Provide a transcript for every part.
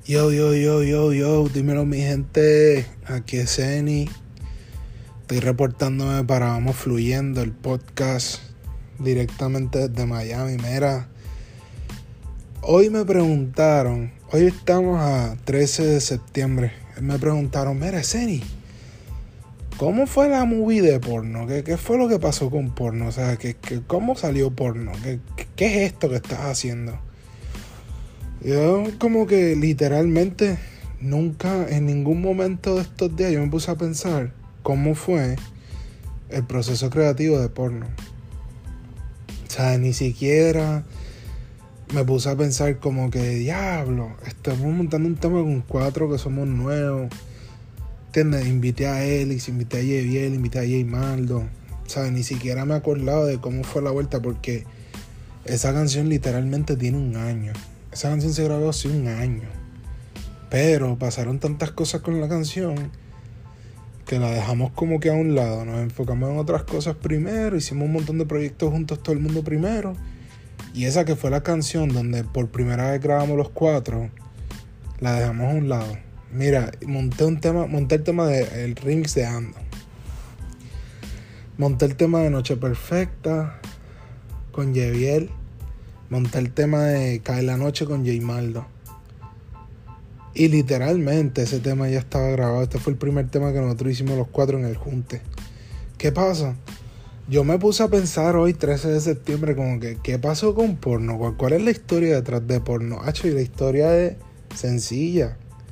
Yo, dímelo mi gente, aquí es Zeni. Estoy reportándome para Vamos Fluyendo, el podcast directamente desde Miami. Mira, hoy me preguntaron, hoy estamos a 13 de septiembre, me preguntaron, mira Zeni, ¿cómo fue la movie de porno? ¿Qué fue lo que pasó con porno? O sea, ¿cómo salió porno? ¿Qué es esto que estás haciendo? Yo como que literalmente nunca en ningún momento de estos días yo me puse a pensar cómo fue el proceso creativo de porno. O sea, ni siquiera me puse a pensar como que diablo, estamos montando un tema con 4 que somos nuevos. ¿Entiendes? Invité a Elix, invité a Yeviel, invité a Jaymaldo. O sea, ni siquiera me acordaba de cómo fue la vuelta porque esa canción literalmente tiene un año. Esa canción se grabó hace un año. Pero pasaron tantas cosas con la canción que la dejamos como que a un lado. Nos enfocamos en otras cosas primero. Hicimos un montón de proyectos juntos, todo el mundo primero. Y esa que fue la canción donde por primera vez grabamos los 4, la dejamos a un lado. Mira, monté el tema del remix de Ando. Monté el tema de Noche Perfecta con Yeviel. Monté el tema de Cae la Noche con Jaymaldo. Y literalmente ese tema ya estaba grabado. Este fue el primer tema que nosotros hicimos los 4 en el junte. ¿Qué pasa? Yo me puse a pensar hoy, 13 de septiembre, como que ¿qué pasó con porno? ¿Cuál es la historia detrás de porno? Y la historia es sencilla.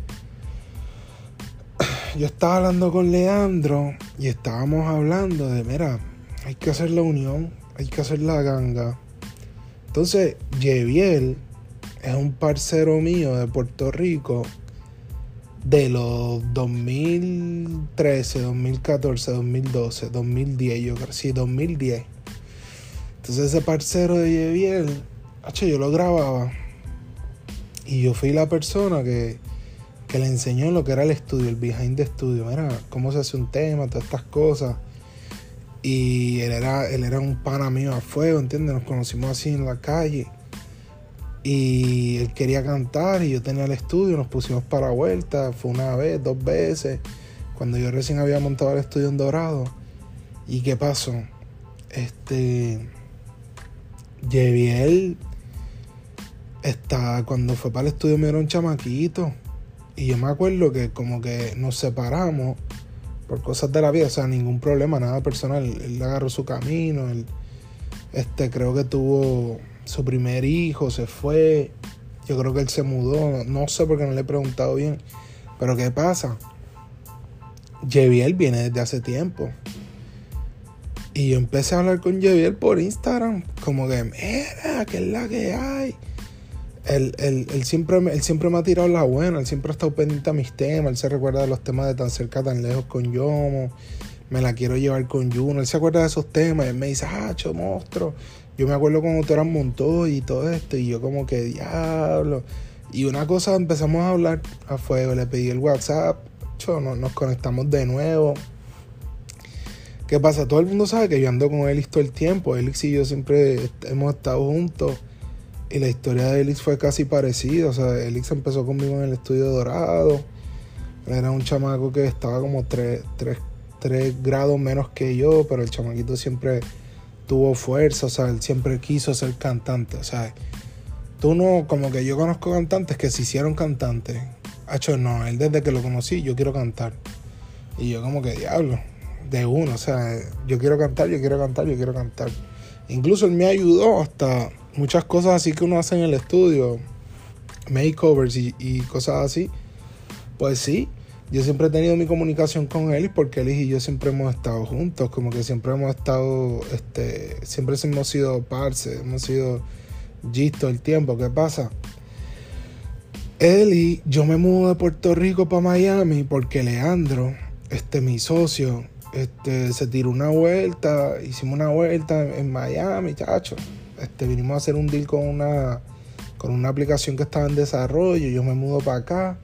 Yo estaba hablando con Leandro y estábamos hablando de, mira, hay que hacer la unión, hay que hacer la ganga. Entonces, Yeviel es un parcero mío de Puerto Rico de los 2013, 2014, 2012, 2010, yo creo, sí, 2010. Entonces ese parcero de Yeviel, yo lo grababa y yo fui la persona que le enseñó lo que era el estudio, el behind the studio, mira, cómo se hace un tema, todas estas cosas. Y él era un pana mío a fuego, ¿entiendes? Nos conocimos así en la calle. Y él quería cantar y yo tenía el estudio, nos pusimos para vuelta. Fue una vez, 2 veces, cuando yo recién había montado el estudio en Dorado. ¿Y qué pasó? Yeviel cuando fue para el estudio me era un chamaquito. Y yo me acuerdo que como que nos separamos por cosas de la vida, o sea, ningún problema, nada personal. Él agarró su camino, él creo que tuvo su primer hijo, se fue. Yo creo que él se mudó, no sé porque no le he preguntado bien. Pero ¿qué pasa? Yeviel viene desde hace tiempo. Y yo empecé a hablar con Yeviel por Instagram, como que, mira, ¿qué es la que hay? Él siempre me ha tirado la buena, él siempre ha estado pendiente a mis temas, él se recuerda de los temas de Tan Cerca, Tan Lejos con Yomo, Me la quiero llevar con Juno, él se acuerda de esos temas, él me dice, monstruo, yo me acuerdo cuando tú eras Montoya y todo esto, y yo como que diablo, y una cosa empezamos a hablar a fuego, le pedí el WhatsApp, nos conectamos de nuevo. ¿Qué pasa? Todo el mundo sabe que yo ando con Elix todo el tiempo, Elix y yo siempre hemos estado juntos. Y la historia de Elix fue casi parecida. O sea, Elix empezó conmigo en el estudio Dorado. Era un chamaco que estaba como 3 grados menos que yo, pero el chamaquito siempre tuvo fuerza. O sea, él siempre quiso ser cantante. O sea, tú no, como que yo conozco cantantes que se hicieron cantantes. No, él desde que lo conocí, yo quiero cantar. Y yo como que diablo, de uno. O sea, yo quiero cantar. Incluso él me ayudó hasta muchas cosas así que uno hace en el estudio, makeovers y cosas así. Pues sí, yo siempre he tenido mi comunicación con él porque él y yo siempre hemos estado juntos, como que siempre hemos estado, siempre hemos sido parce, hemos sido G's todo el tiempo. ¿Qué pasa? Él y yo me mudo de Puerto Rico para Miami porque Leandro, mi socio, se tiró una vuelta, hicimos una vuelta en Miami, chacho. Vinimos a hacer un deal con una aplicación que estaba en desarrollo. Yo me mudo para acá,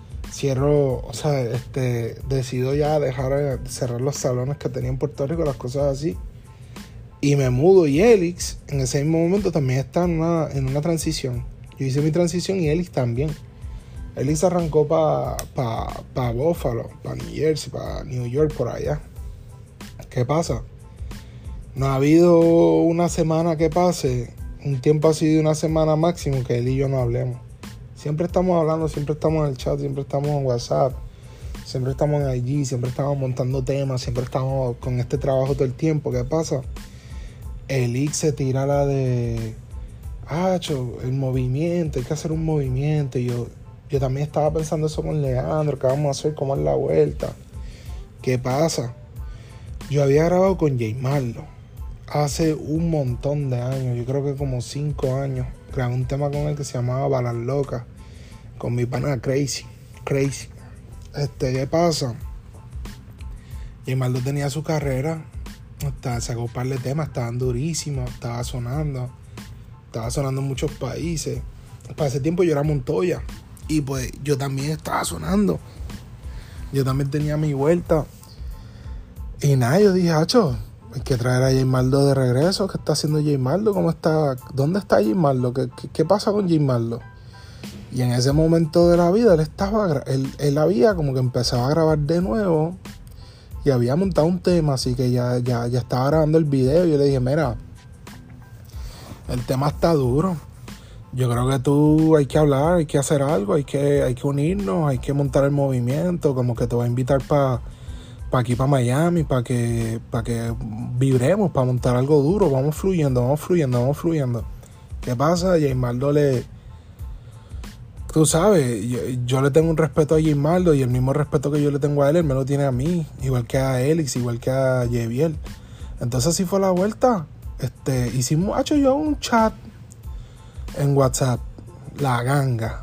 decido ya cerrar los salones que tenía en Puerto Rico, las cosas así, y me mudo. Y Elix en ese mismo momento también está en una transición. Yo hice mi transición y Elix también. Elix arrancó para Buffalo, para New Jersey, para New York, por allá. ¿Qué pasa? No ha habido una semana que pase, un tiempo así de una semana máximo, que él y yo no hablemos. Siempre estamos hablando, siempre estamos en el chat, siempre estamos en WhatsApp, siempre estamos en IG, siempre estamos montando temas, siempre estamos con este trabajo todo el tiempo. ¿Qué pasa? Elix se tira la de... el movimiento, hay que hacer un movimiento. Y yo también estaba pensando eso con Leandro, ¿qué vamos a hacer? ¿Cómo es la vuelta? ¿Qué pasa? Yo había grabado con Jay Marlo hace un montón de años, yo creo que como 5 años. Grabé un tema con él que se llamaba Balas Locas, con mi pana Crazy. ¿Qué pasa? Jay Marlo tenía su carrera, sacó un par de temas, estaban durísimos, estaba sonando en muchos países. Para ese tiempo yo era Montoya y pues yo también estaba sonando, yo también tenía mi vuelta. Y nada, yo dije, hay que traer a Jay Marlo de regreso. ¿Qué está haciendo Jay Marlo? ¿Cómo está? ¿Dónde está Jay Marlo? ¿Qué pasa con Jay Marlo? Y en ese momento de la vida él había como que empezado a grabar de nuevo y había montado un tema, así que ya estaba grabando el video. Y yo le dije, mira, el tema está duro. Yo creo que hay que hablar, hay que hacer algo, hay que unirnos, hay que montar el movimiento, como que te voy a invitar para aquí, para Miami, para que vibremos, para montar algo duro. Vamos fluyendo. ¿Qué pasa? Jay Marlo tú sabes, yo le tengo un respeto a Jay Marlo y el mismo respeto que yo le tengo a él me lo tiene a mí, igual que a Elix, igual que a Yeviel. Entonces así fue la vuelta. Hicimos, yo un chat en WhatsApp, la ganga.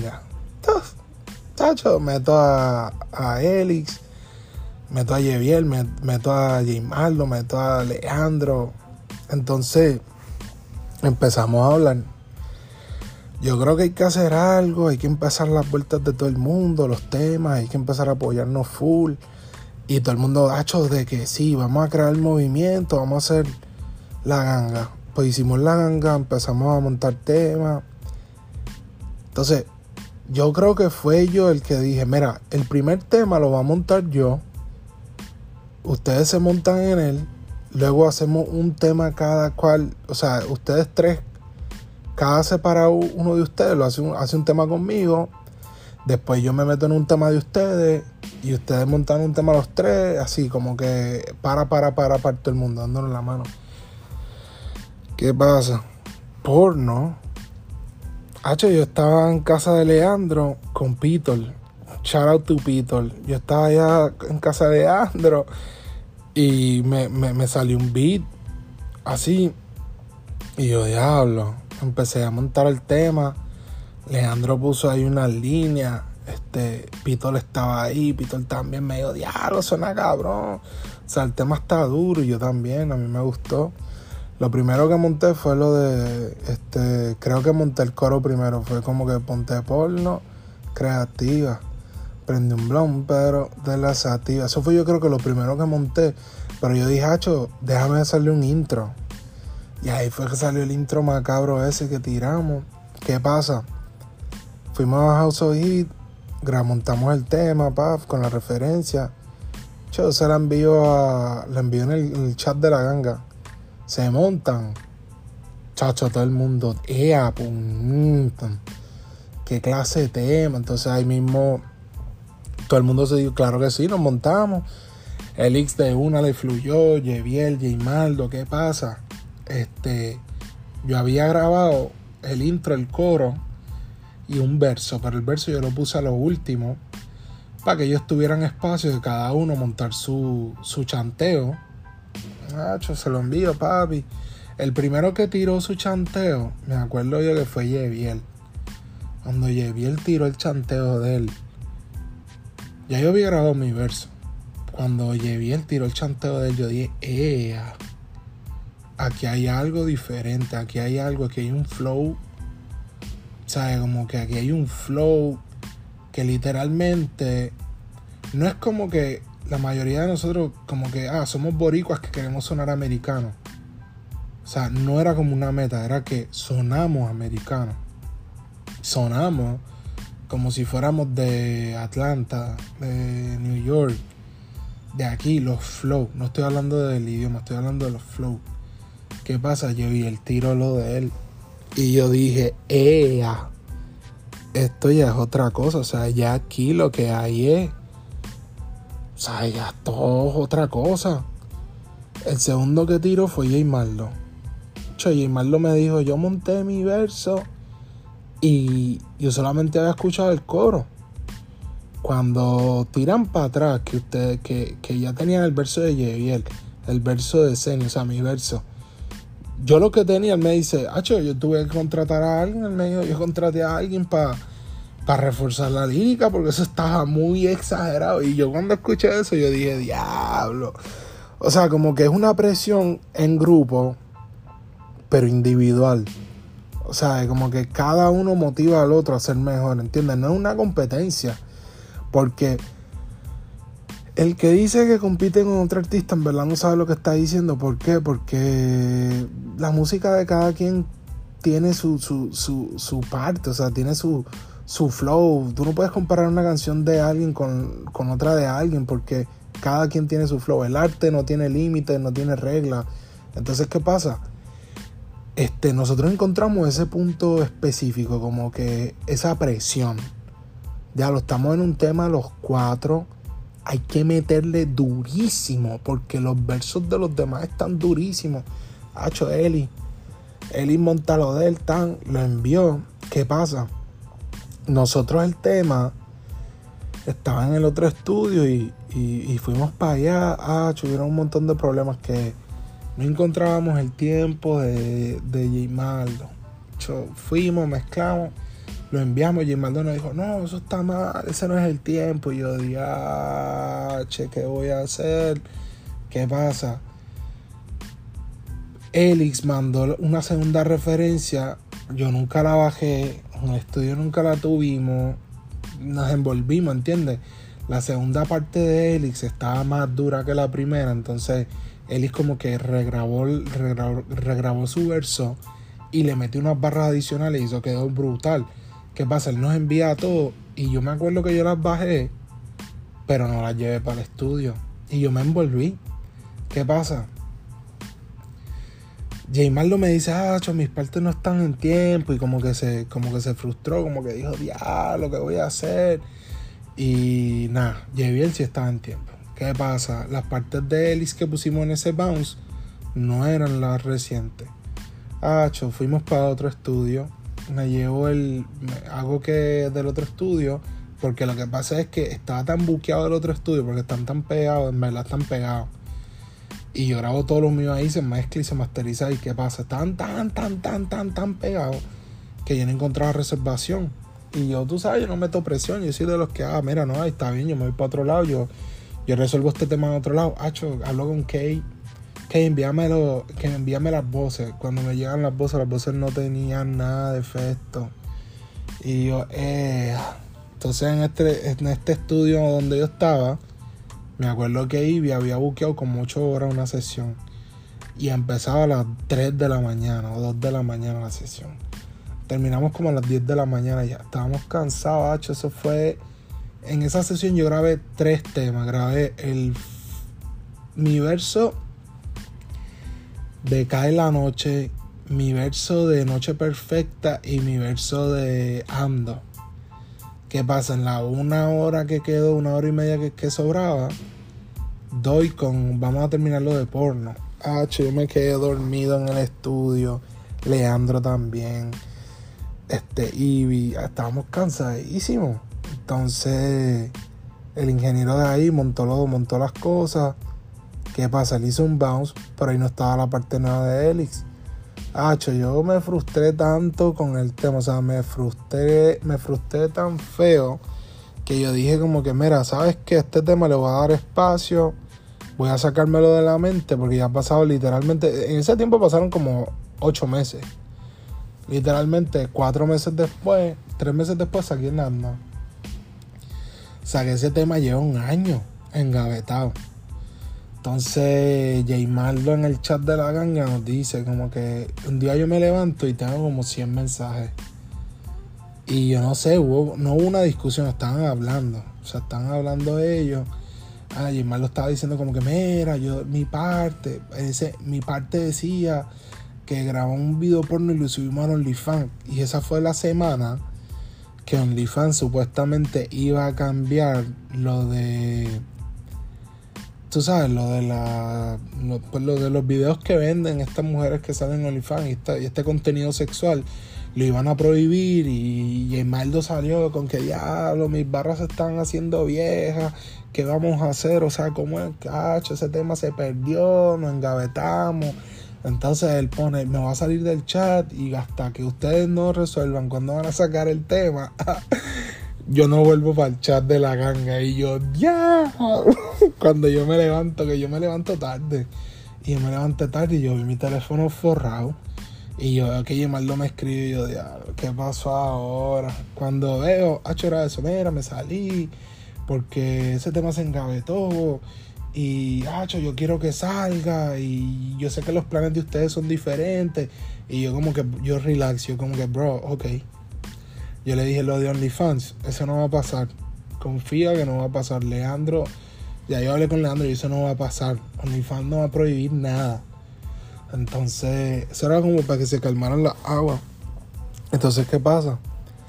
Entonces, meto a Elix, meto a Yeviel, meto a Jay Marlo, meto a Leandro. Entonces empezamos a hablar. Yo creo que hay que hacer algo, hay que empezar las vueltas de todo el mundo, los temas, hay que empezar a apoyarnos full. Y todo el mundo, de que sí, vamos a crear el movimiento, vamos a hacer la ganga. Pues hicimos la ganga, empezamos a montar temas. Entonces, yo creo que fue yo el que dije, mira, el primer tema lo voy a montar yo, ustedes se montan en él, luego hacemos un tema cada cual, o sea, ustedes tres, cada separado uno de ustedes hace un tema conmigo, después yo me meto en un tema de ustedes y ustedes montan un tema los tres, así como que para todo el mundo, dándonos la mano. ¿Qué pasa? Porno. Yo estaba en casa de Leandro con Pitol. Shout out to Pitol. Yo estaba allá en casa de Leandro y me salió un beat así. Y yo, diablo, empecé a montar el tema. Leandro puso ahí una línea. Pitol estaba ahí. Pitol también me dijo, diablo, suena cabrón. O sea, el tema está duro y yo también, a mí me gustó. Lo primero que monté fue lo de, creo que monté el coro primero. Fue como que ponte porno, creativa. Prende un blon, pero de la sativa. Eso fue yo creo que lo primero que monté. Pero yo dije, déjame hacerle un intro. Y ahí fue que salió el intro macabro ese que tiramos. ¿Qué pasa? Fuimos a House of Hit, montamos el tema, con la referencia. Se la envío en el chat de la ganga. Se montan. Todo el mundo. ¿Qué clase de tema? Entonces ahí mismo todo el mundo se dijo, claro que sí, nos montamos. Elix de una le fluyó, Yeviel, Jay Marlo, ¿qué pasa? Yo había grabado el intro, el coro y un verso, pero el verso yo lo puse a lo último para que ellos tuvieran espacio de cada uno montar su chanteo. Se lo envío, papi. El primero que tiró su chanteo, me acuerdo yo que fue Yeviel. Cuando Yeviel tiró el chanteo de él, ya yo había grabado mi verso. Cuando Yeviel tiró el chanteo de él, yo dije, aquí hay algo diferente, aquí hay un flow. ¿Sabes? Como que aquí hay un flow que literalmente no es como que la mayoría de nosotros como que somos boricuas que queremos sonar americanos. O sea, no era como una meta, era que sonamos americanos. Sonamos como si fuéramos de Atlanta, de New York, de aquí, los flow. No estoy hablando del idioma, estoy hablando de los flow. ¿Qué pasa? Yo vi el tiro lo de él y yo dije, ¡ea! Esto ya es otra cosa. O sea, ya aquí lo que hay es, o sea, ya todo es otra cosa. El segundo que tiro fue J Marlo. J Marlo me dijo, yo monté mi verso y yo solamente había escuchado el coro. Cuando tiran para atrás, que ustedes que ya tenían el verso de Javier, el verso de Zeni, o sea, mi verso. Yo lo que tenía, él me dice, yo tuve que contratar a alguien. Él me dijo, yo contraté a alguien para reforzar la lírica, porque eso estaba muy exagerado. Y yo cuando escuché eso, yo dije, diablo. O sea, como que es una presión en grupo, pero individual. O sea, como que cada uno motiva al otro a ser mejor, ¿entiendes? No es una competencia. Porque el que dice que compite con otro artista en verdad no sabe lo que está diciendo. ¿Por qué? Porque la música de cada quien tiene su parte, o sea, tiene su flow. Tú no puedes comparar una canción de alguien con otra de alguien, porque cada quien tiene su flow. El arte no tiene límites, no tiene reglas. Entonces, ¿qué pasa? Nosotros encontramos ese punto específico, como que esa presión. Ya lo estamos en un tema los cuatro. Hay que meterle durísimo, porque los versos de los demás están durísimos. Eli monta lo de él, lo envió. ¿Qué pasa? Nosotros el tema estaba en el otro estudio y fuimos para allá. Tuvieron un montón de problemas que no encontrábamos el tiempo de J Marlo. Fuimos, mezclamos, lo enviamos. J Marlo nos dijo, no, eso está mal, ese no es el tiempo. Y yo dije, ¿qué voy a hacer? ¿Qué pasa? Elix mandó una segunda referencia. Yo nunca la bajé. En el estudio nunca la tuvimos. Nos envolvimos, ¿entiendes? La segunda parte de Elix estaba más dura que la primera. Entonces Elix como que regrabó su verso y le metió unas barras adicionales y eso quedó brutal. ¿Qué pasa? Él nos envía todo y yo me acuerdo que yo las bajé, pero no las llevé para el estudio y yo me envolví. ¿Qué pasa? J Marlo me dice, mis partes no están en tiempo, y como que se frustró, como que dijo, diablo, ¿qué voy a hacer? Y nada, Javier sí estaba en tiempo. ¿Qué pasa? Las partes de Elix que pusimos en ese bounce no eran las recientes. Fuimos para otro estudio. Me llevo hago que del otro estudio, porque lo que pasa es que estaba tan buqueado del otro estudio, porque están tan pegados, en verdad están pegados. Y yo grabo todos los míos ahí, se mezcla y se masteriza. ¿Y qué pasa? Están tan pegados que yo no encontraba reservación. Y yo, tú sabes, yo no meto presión. Yo soy de los que, mira, no, ahí está bien, yo me voy para otro lado. Yo resuelvo este tema en otro lado. Hablo con Kay. Envíame las voces. Cuando me llegan las voces no tenían nada de efecto. Y yo, Entonces en este estudio donde yo estaba, me acuerdo que Ivy había buqueado como 8 horas una sesión. Y empezaba a las 3 de la mañana o 2 de la mañana la sesión. Terminamos como a las 10 de la mañana ya. Estábamos cansados, Eso fue... En esa sesión yo grabé 3 temas. Grabé mi verso de Cae la Noche, mi verso de Noche Perfecta y mi verso de Ando. ¿Qué pasa? En la 1 hora que quedó, 1 hora y media que sobraba, vamos a terminar lo de porno. Yo me quedé dormido en el estudio. Leandro también. Ivy, estábamos cansadísimos. Entonces el ingeniero de ahí montó las cosas. ¿Qué pasa? Él hizo un bounce, pero ahí no estaba la parte nueva de Elix. Yo me frustré tanto con el tema. O sea, me frustré tan feo que yo dije como que, mira, ¿sabes qué? Este tema le voy a dar espacio. Voy a sacármelo de la mente, porque ya ha pasado literalmente... En ese tiempo pasaron como 8 meses. Literalmente 4 meses después, 3 meses después saqué nada. Saqué ese tema, lleva 1 año engavetado. Entonces J Marlo en el chat de la ganga nos dice como que un día yo me levanto y tengo como 100 mensajes. Y yo no sé, no hubo una discusión, estaban hablando. O sea, estaban hablando ellos. J-Mal lo estaba diciendo como que, mira, mi parte decía que grabó un video porno y lo subimos a OnlyFans. Y esa fue la semana que OnlyFans supuestamente iba a cambiar lo de... Tú sabes, lo de los videos que venden estas mujeres que salen en OnlyFans y este contenido sexual lo iban a prohibir. Y J-Mal salió con que diablo, mis barras se están haciendo viejas, ¿qué vamos a hacer? O sea, ¿cómo es cacho? Ese tema se perdió, nos engavetamos. Entonces él pone, me va a salir del chat y hasta que ustedes no resuelvan cuándo van a sacar el tema, yo no vuelvo para el chat de la ganga. Y yo, ya, cuando yo me levanto, que yo me levanto tarde, y yo me levanté tarde y yo vi mi teléfono forrado, y yo veo que J-Mal me escribe y yo, diablo, ¿qué pasó ahora? Cuando veo, era eso, mira, me salí, porque ese tema se engavetó, y yo quiero que salga, y yo sé que los planes de ustedes son diferentes, y yo como que, yo relax, yo como que, bro, ok. Yo le dije lo de OnlyFans, eso no va a pasar. Confía que no va a pasar. Leandro, ya yo hablé con Leandro y eso no va a pasar. OnlyFans no va a prohibir nada. Entonces, eso era como para que se calmaran las aguas. Entonces, ¿qué pasa?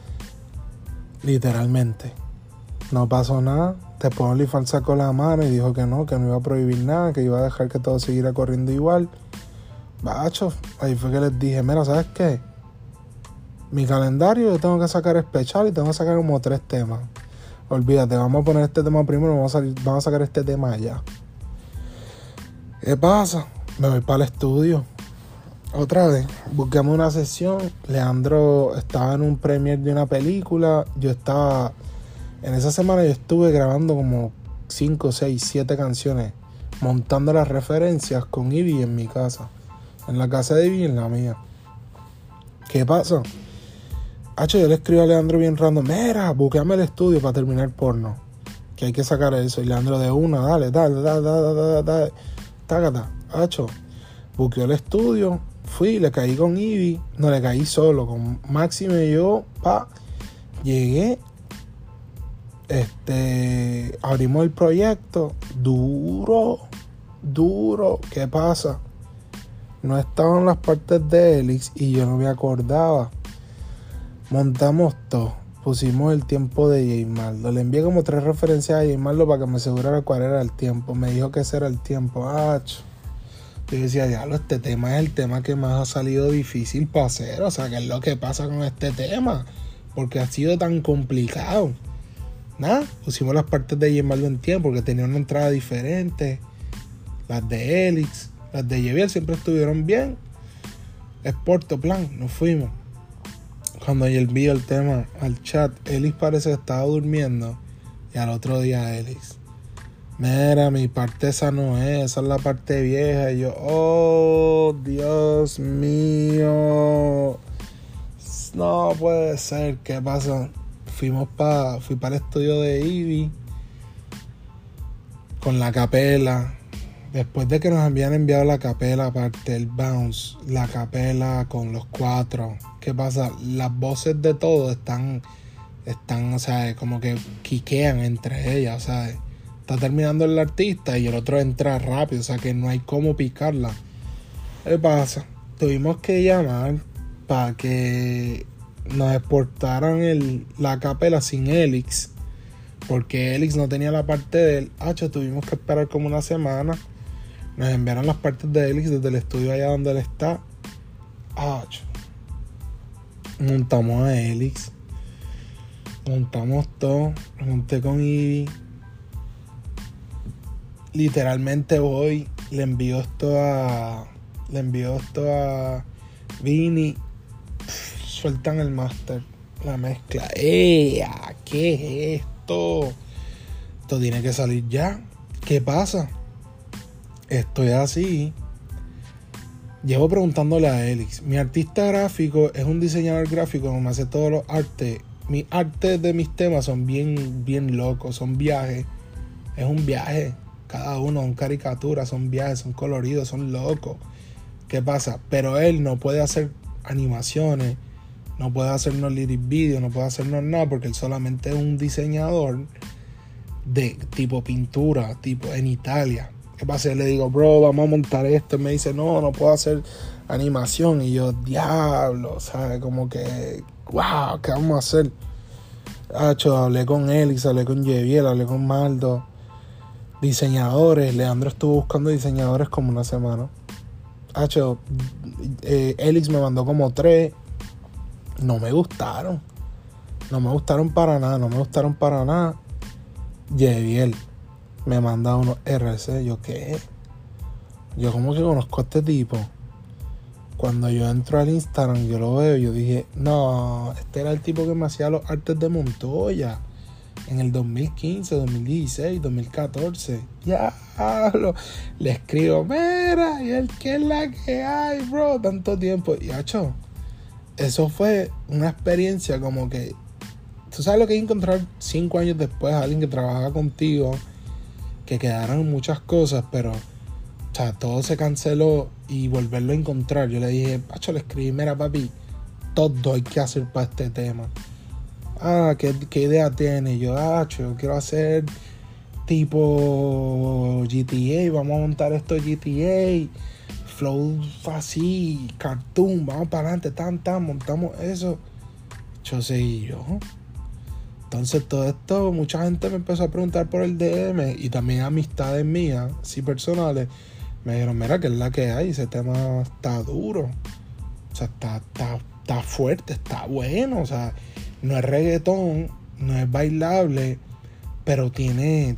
Literalmente, no pasó nada. Después OnlyFans sacó la mano y dijo que no iba a prohibir nada, que iba a dejar que todo siguiera corriendo igual. Bacho, ahí fue que les dije, mira, ¿sabes qué? Mi calendario yo tengo que sacar especial y tengo que sacar como 3 temas. Olvídate, vamos a poner este tema primero, vamos a sacar este tema allá. ¿Qué pasa? Me voy para el estudio. Otra vez, busquemos una sesión. Leandro estaba en un premiere de una película. En esa semana yo estuve grabando como 5, 6, 7 canciones, montando las referencias con Ivy en mi casa. En la casa de Ivy y en la mía. ¿Qué pasa? Yo le escribo a Leandro bien random, mira, buqueame el estudio para terminar porno, que hay que sacar eso. Y Leandro de una, dale, tácata. Buqueó el estudio, fui, le caí con Ivy, no le caí solo, con Máximo y yo, llegué, abrimos el proyecto, duro, ¿qué pasa? No estaban las partes de Elix y yo no me acordaba. Montamos todo, pusimos el tiempo de J-Mal. Le envié como 3 referencias a J-Mal para que me asegurara cuál era el tiempo. Me dijo que ese era el tiempo. Yo decía, diablo, este tema es el tema que más ha salido difícil para hacer. O sea, ¿qué es lo que pasa con este tema? Porque ha sido tan complicado. Nada, pusimos las partes de J-Mal en tiempo porque tenía una entrada diferente. Las de Elix, las de Javier siempre estuvieron bien. Es Porto Plan, nos fuimos. Cuando yo envío el tema al chat, Elix parece que estaba durmiendo. Y al otro día Elix, mira, mi parte esa no es, esa es la parte vieja. Y yo, oh, Dios mío, no puede ser. ¿Qué pasa? Fui para el estudio de Ivy con la capela. Después de que nos habían enviado la capela, aparte el bounce, la capela con los 4. ¿Qué pasa? Las voces de todos están, o sea, como que quiquean entre ellas, o sea, está terminando el artista y el otro entra rápido, o sea, que no hay cómo picarla. ¿Qué pasa? Tuvimos que llamar para que nos exportaran la capela sin Elix, porque Elix no tenía la parte de él. Tuvimos que esperar como una semana. Nos enviaron las partes de Elix desde el estudio allá donde él está. Montamos a Elix. Montamos todo. Monté con Ivy. Literalmente voy. Le envío esto a Vini. Sueltan el máster. La mezcla. ¡Ea! ¿Qué es esto? Esto tiene que salir ya. ¿Qué pasa? Estoy así. Llevo preguntándole a Elix. Mi artista gráfico es un diseñador gráfico que me hace todos los artes. Mis artes de mis temas son bien locos. Son viajes. Es un viaje. Cada uno son caricaturas, son viajes, son coloridos, son locos. ¿Qué pasa? Pero él no puede hacer animaciones no puede hacernos lyric video, no puede hacernos nada, porque él solamente es un diseñador de tipo pintura, tipo en Italia. ¿Qué pasa? Yo le digo, bro, vamos a montar esto. Y me dice, no puedo hacer animación. Y yo, diablo, ¿sabes? Como que, wow, ¿qué vamos a hacer? Hablé con Elix, hablé con Yeviel, hablé con Maldo. Diseñadores. Leandro estuvo buscando diseñadores como una semana. Elix me mandó como 3. No me gustaron. No me gustaron para nada. Yeviel me manda unos RC. Yo, ¿qué? Yo como que conozco a este tipo. Cuando yo entro al Instagram, yo lo veo, yo dije, no, este era el tipo que me hacía los artes de Montoya en el 2015, 2016, 2014. Ya le escribo, mira, y el que es la que hay, bro, tanto tiempo. Y eso fue una experiencia como que, tú sabes lo que es encontrar 5 años después a alguien que trabajaba contigo, que quedaron muchas cosas, pero todo se canceló y volverlo a encontrar. Yo le dije, le escribí, mira papi, todo hay que hacer para este tema. ¿Qué idea tiene? Yo quiero hacer tipo GTA, vamos a montar esto GTA, flow así, cartoon, vamos para adelante, montamos eso. Yo seguí yo. Entonces todo esto, mucha gente me empezó a preguntar por el DM y también amistades mías, así personales, me dijeron, mira, que es la que hay, ese tema está duro, o sea, está fuerte, está bueno, o sea, no es reggaetón, no es bailable, pero tiene,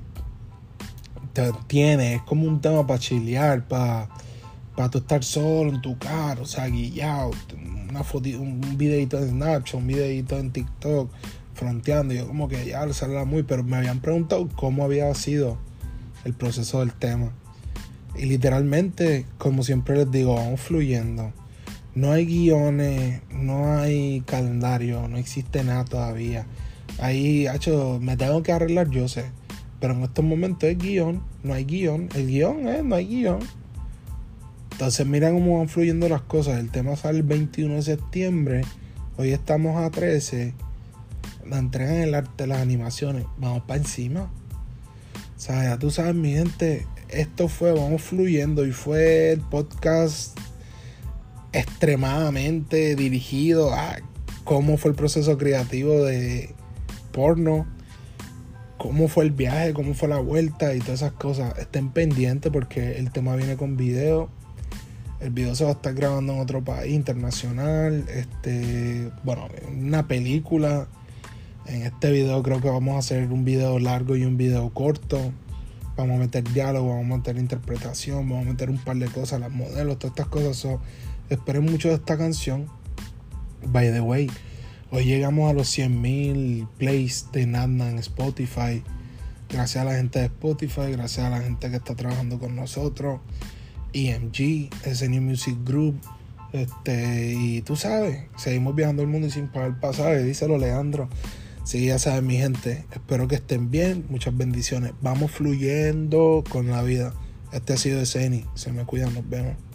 es como un tema para chilear, para tú estar solo en tu carro, o sea, guillado, una foto, un videito en Snapchat, un videito en TikTok, fronteando. Yo como que ya le salía muy, pero me habían preguntado cómo había sido el proceso del tema. Y literalmente, como siempre les digo, vamos fluyendo. No hay guiones, no hay calendario, no existe nada todavía. Ahí, me tengo que arreglar, yo sé. Pero en estos momentos es guión, no hay guión. El guión es, no hay guión. Entonces mira cómo van fluyendo las cosas. El tema sale el 21 de septiembre. Hoy estamos a 13. La entregan el arte, las animaciones. Vamos para encima. O sea, ya tú sabes, mi gente, esto fue Vamos Fluyendo y fue el podcast extremadamente dirigido a cómo fue el proceso creativo de porno, cómo fue el viaje, cómo fue la vuelta y todas esas cosas. Estén pendientes porque el tema viene con video. El video se va a estar grabando en otro país internacional. Una película. En este video creo que vamos a hacer un video largo y un video corto. Vamos a meter diálogo, vamos a meter interpretación, vamos a meter un par de cosas, las modelos, todas estas cosas. Esperen mucho de esta canción. By the way, hoy llegamos a los 100,000 plays de Natna en Spotify. Gracias a la gente de Spotify, gracias a la gente que está trabajando con nosotros. EMG, ese New Music Group. Y tú sabes, seguimos viajando el mundo y sin pagar pasaje. Díselo, Leandro. Sí, ya saben, mi gente. Espero que estén bien. Muchas bendiciones. Vamos fluyendo con la vida. Este ha sido Zeni. Se me cuidan. Nos vemos.